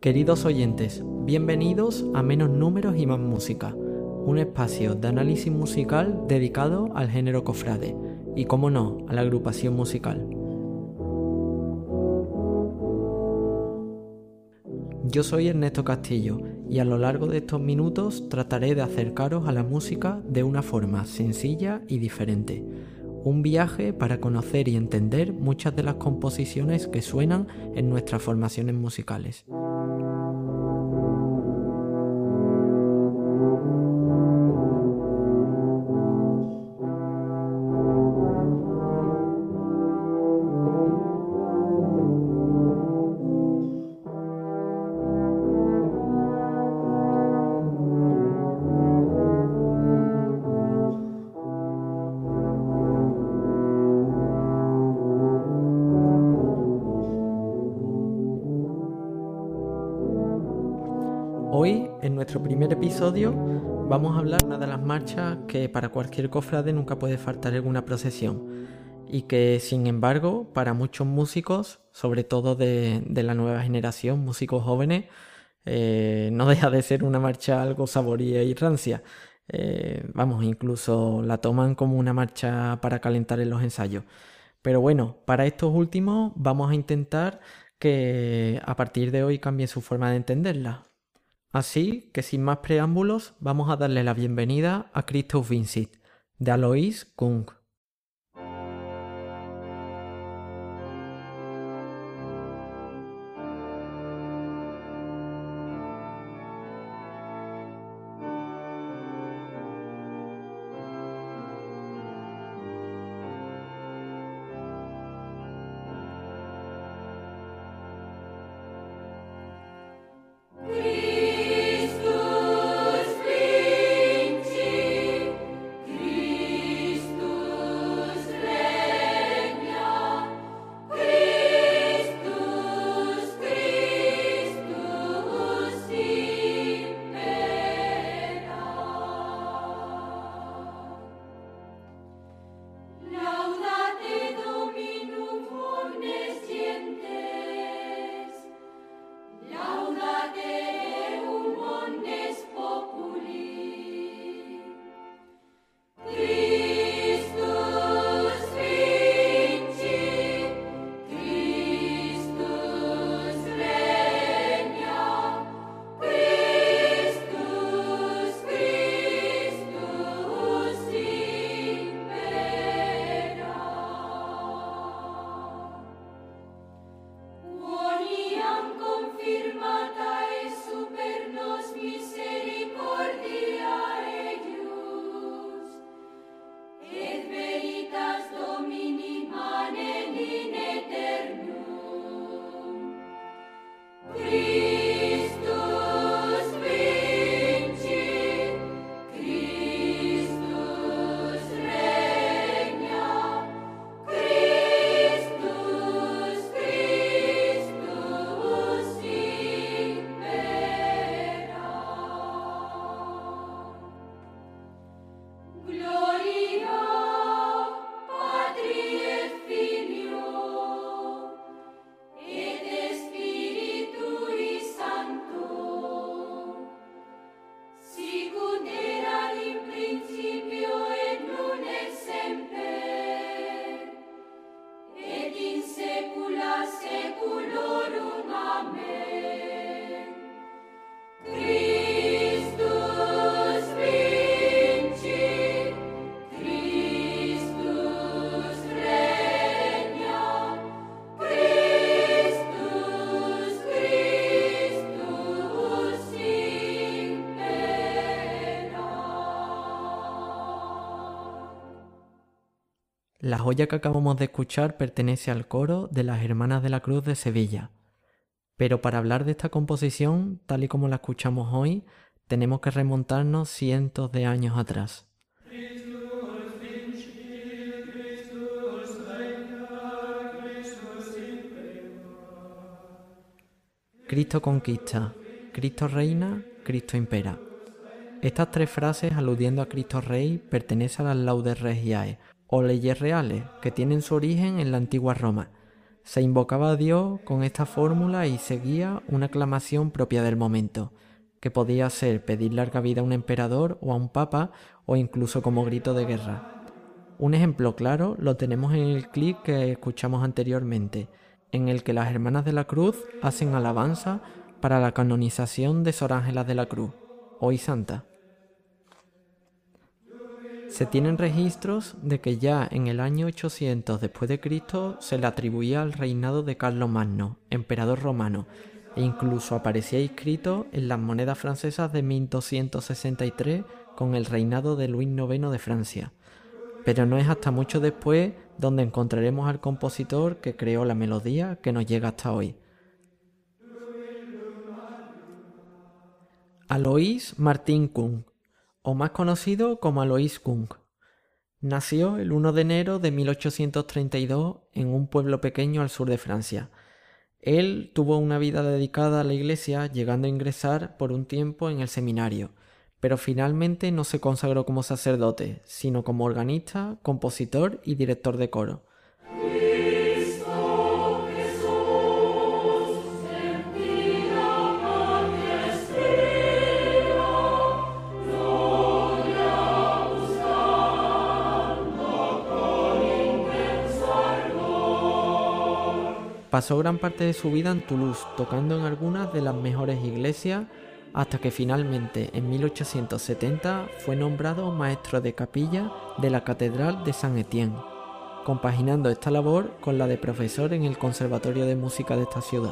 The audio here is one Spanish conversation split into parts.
Queridos oyentes, bienvenidos a Menos Números y Más Música, un espacio de análisis musical dedicado al género cofrade y, como no, a la agrupación musical. Yo soy Ernesto Castillo y a lo largo de estos minutos trataré de acercaros a la música de una forma sencilla y diferente. Un viaje para conocer y entender muchas de las composiciones que suenan en nuestras formaciones musicales. Hoy, en nuestro primer episodio, vamos a hablar de una de las marchas que para cualquier cofrade nunca puede faltar en una procesión y que, sin embargo, para muchos músicos, sobre todo de la nueva generación, músicos jóvenes, no deja de ser una marcha algo saboría y rancia. Incluso la toman como una marcha para calentar en los ensayos. Pero bueno, para estos últimos vamos a intentar que a partir de hoy cambie su forma de entenderla. Así que sin más preámbulos, vamos a darle la bienvenida a Christoph Vincit, de Alois Kung. La joya que acabamos de escuchar pertenece al coro de las Hermanas de la Cruz de Sevilla. Pero para hablar de esta composición, tal y como la escuchamos hoy, tenemos que remontarnos cientos de años atrás. Cristo conquista, Cristo reina, Cristo impera. Estas tres frases, aludiendo a Cristo Rey, pertenecen a las Laudes Regiae, o leyes reales, que tienen su origen en la antigua Roma. Se invocaba a Dios con esta fórmula y seguía una aclamación propia del momento, que podía ser pedir larga vida a un emperador o a un papa, o incluso como grito de guerra. Un ejemplo claro lo tenemos en el clip que escuchamos anteriormente, en el que las Hermanas de la Cruz hacen alabanza para la canonización de Sor Ángela de la Cruz, hoy santa. Se tienen registros de que ya en el año 800 después de Cristo se le atribuía al reinado de Carlos Magno, emperador romano, e incluso aparecía inscrito en las monedas francesas de 1263 con el reinado de Luis IX de Francia. Pero no es hasta mucho después donde encontraremos al compositor que creó la melodía que nos llega hasta hoy. Alois Martin Kung, o más conocido como Alois Kung. Nació el 1 de enero de 1832 en un pueblo pequeño al sur de Francia. Él tuvo una vida dedicada a la iglesia, llegando a ingresar por un tiempo en el seminario, pero finalmente no se consagró como sacerdote, sino como organista, compositor y director de coro. Pasó gran parte de su vida en Toulouse, tocando en algunas de las mejores iglesias, hasta que finalmente en 1870 fue nombrado maestro de capilla de la Catedral de Saint-Étienne, compaginando esta labor con la de profesor en el Conservatorio de Música de esta ciudad.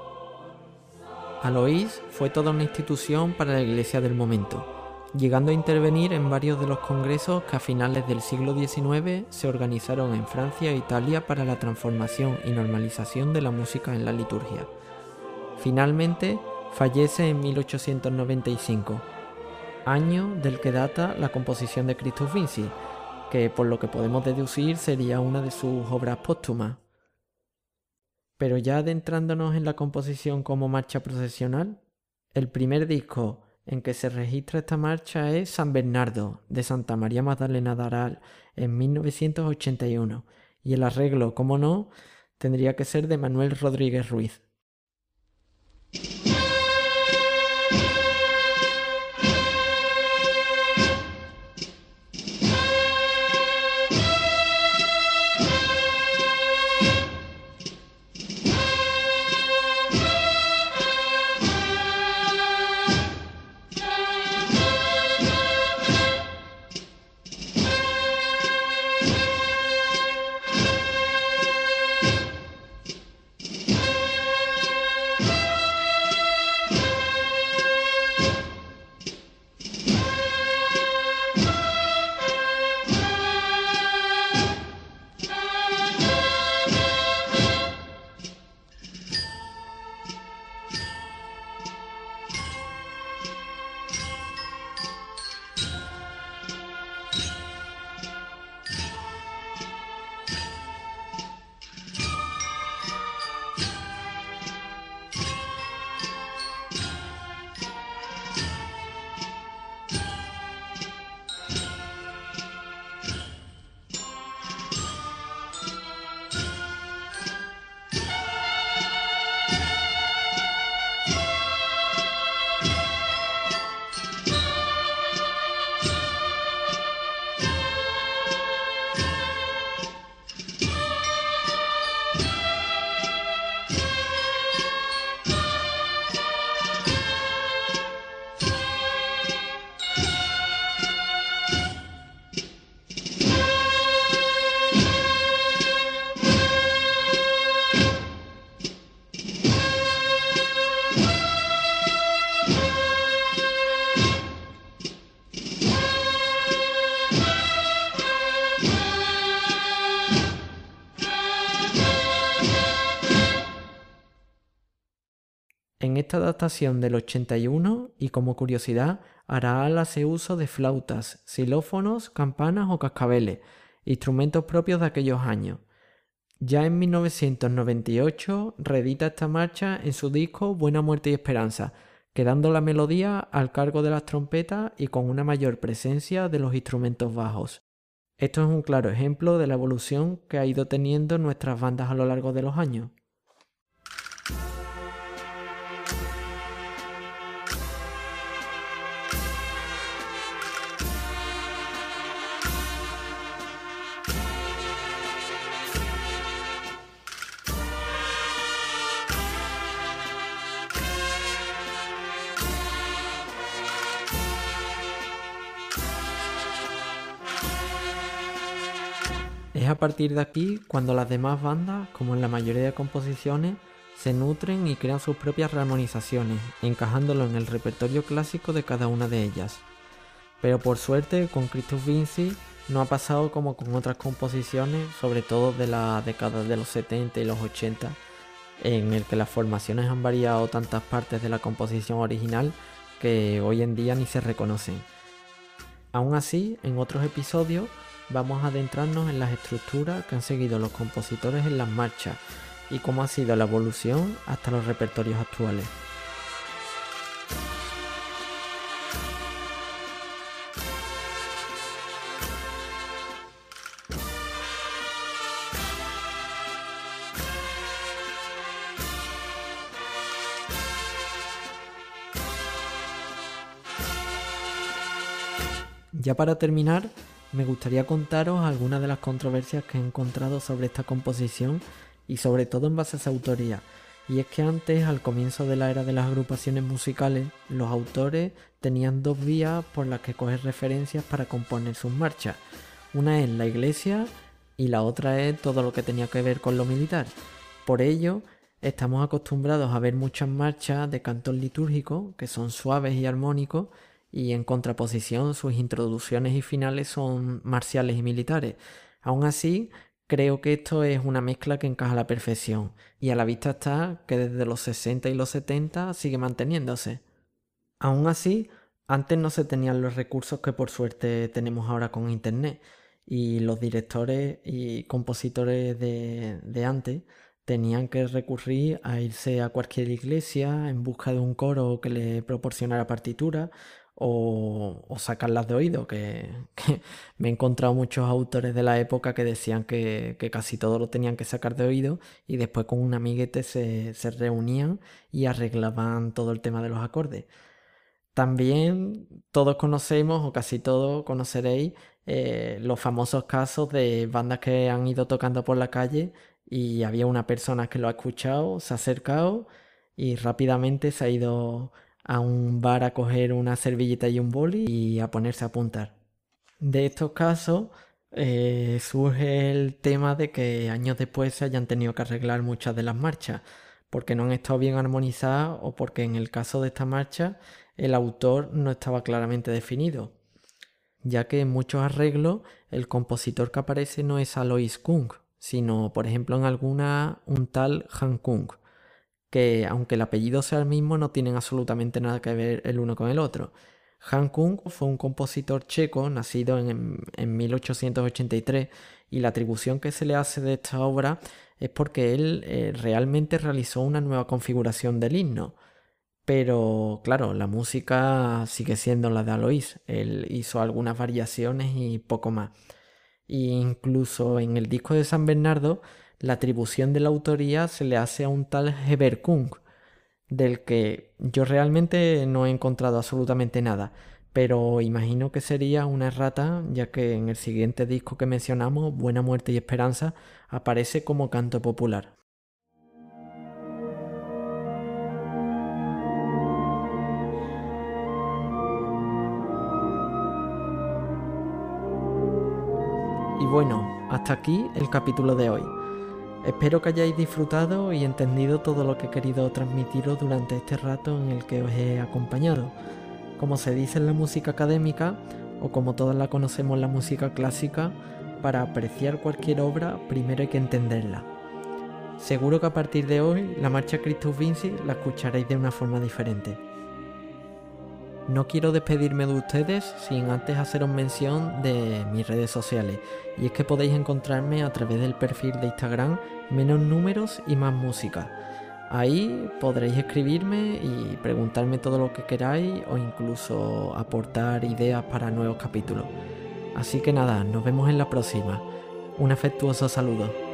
Alois fue toda una institución para la iglesia del momento, llegando a intervenir en varios de los congresos que a finales del siglo XIX se organizaron en Francia e Italia para la transformación y normalización de la música en la liturgia. Finalmente, fallece en 1895, año del que data la composición de Christoph Vinci, que por lo que podemos deducir sería una de sus obras póstumas. Pero ya adentrándonos en la composición como marcha procesional, el primer disco en que se registra esta marcha es San Bernardo, de Santa María Magdalena de Aral, en 1981, y el arreglo, como no, tendría que ser de Manuel Rodríguez Ruiz. En esta adaptación del 81, y como curiosidad, Araal hace uso de flautas, xilófonos, campanas o cascabeles, instrumentos propios de aquellos años. Ya en 1998 reedita esta marcha en su disco Buena Muerte y Esperanza, quedando la melodía al cargo de las trompetas y con una mayor presencia de los instrumentos bajos. Esto es un claro ejemplo de la evolución que ha ido teniendo nuestras bandas a lo largo de los años. Es a partir de aquí cuando las demás bandas, como en la mayoría de composiciones, se nutren y crean sus propias rearmonizaciones, encajándolo en el repertorio clásico de cada una de ellas. Pero por suerte con Christoph Vinci no ha pasado como con otras composiciones, sobre todo de la década de los 70 y los 80, en el que las formaciones han variado tantas partes de la composición original que hoy en día ni se reconocen. Aún así, en otros episodios vamos a adentrarnos en las estructuras que han seguido los compositores en las marchas y cómo ha sido la evolución hasta los repertorios actuales. Ya para terminar, me gustaría contaros algunas de las controversias que he encontrado sobre esta composición y sobre todo en base a su autoría. Y es que antes, al comienzo de la era de las agrupaciones musicales, los autores tenían dos vías por las que coger referencias para componer sus marchas. Una es la iglesia y la otra es todo lo que tenía que ver con lo militar. Por ello, estamos acostumbrados a ver muchas marchas de cantos litúrgicos que son suaves y armónicos, y en contraposición sus introducciones y finales son marciales y militares. Aún así, creo que esto es una mezcla que encaja a la perfección, y a la vista está que desde los 60 y los 70 sigue manteniéndose. Aún así, antes no se tenían los recursos que por suerte tenemos ahora con internet, y los directores y compositores de antes tenían que recurrir a irse a cualquier iglesia en busca de un coro que le proporcionara partitura o sacarlas de oído, que me he encontrado muchos autores de la época que decían que casi todo lo tenían que sacar de oído y después con un amiguete se reunían y arreglaban todo el tema de los acordes. También todos conocemos, o casi todos conoceréis, los famosos casos de bandas que han ido tocando por la calle y había una persona que lo ha escuchado, se ha acercado y rápidamente se ha ido a un bar a coger una servilleta y un boli y a ponerse a apuntar. De estos casos surge el tema de que años después se hayan tenido que arreglar muchas de las marchas porque no han estado bien armonizadas o porque en el caso de esta marcha el autor no estaba claramente definido, ya que en muchos arreglos el compositor que aparece no es Alois Kung, sino por ejemplo en alguna un tal Han Kung, que aunque el apellido sea el mismo no tienen absolutamente nada que ver el uno con el otro. Han Kung fue un compositor checo nacido en 1883 y la atribución que se le hace de esta obra es porque él realmente realizó una nueva configuración del himno. Pero claro, la música sigue siendo la de Alois. Él hizo algunas variaciones y poco más. E incluso en el disco de San Bernardo, la atribución de la autoría se le hace a un tal Heber Kung, del que yo realmente no he encontrado absolutamente nada, pero imagino que sería una errata, ya que en el siguiente disco que mencionamos, Buena Muerte y Esperanza, aparece como canto popular. Y bueno, hasta aquí el capítulo de hoy. Espero que hayáis disfrutado y entendido todo lo que he querido transmitiros durante este rato en el que os he acompañado. Como se dice en la música académica, o como todos la conocemos en la música clásica, para apreciar cualquier obra primero hay que entenderla. Seguro que a partir de hoy la marcha Christoph Vinci la escucharéis de una forma diferente. No quiero despedirme de ustedes sin antes haceros mención de mis redes sociales, y es que podéis encontrarme a través del perfil de Instagram Menos Números y Más Música. Ahí podréis escribirme y preguntarme todo lo que queráis o incluso aportar ideas para nuevos capítulos. Así que nada, nos vemos en la próxima. Un afectuoso saludo.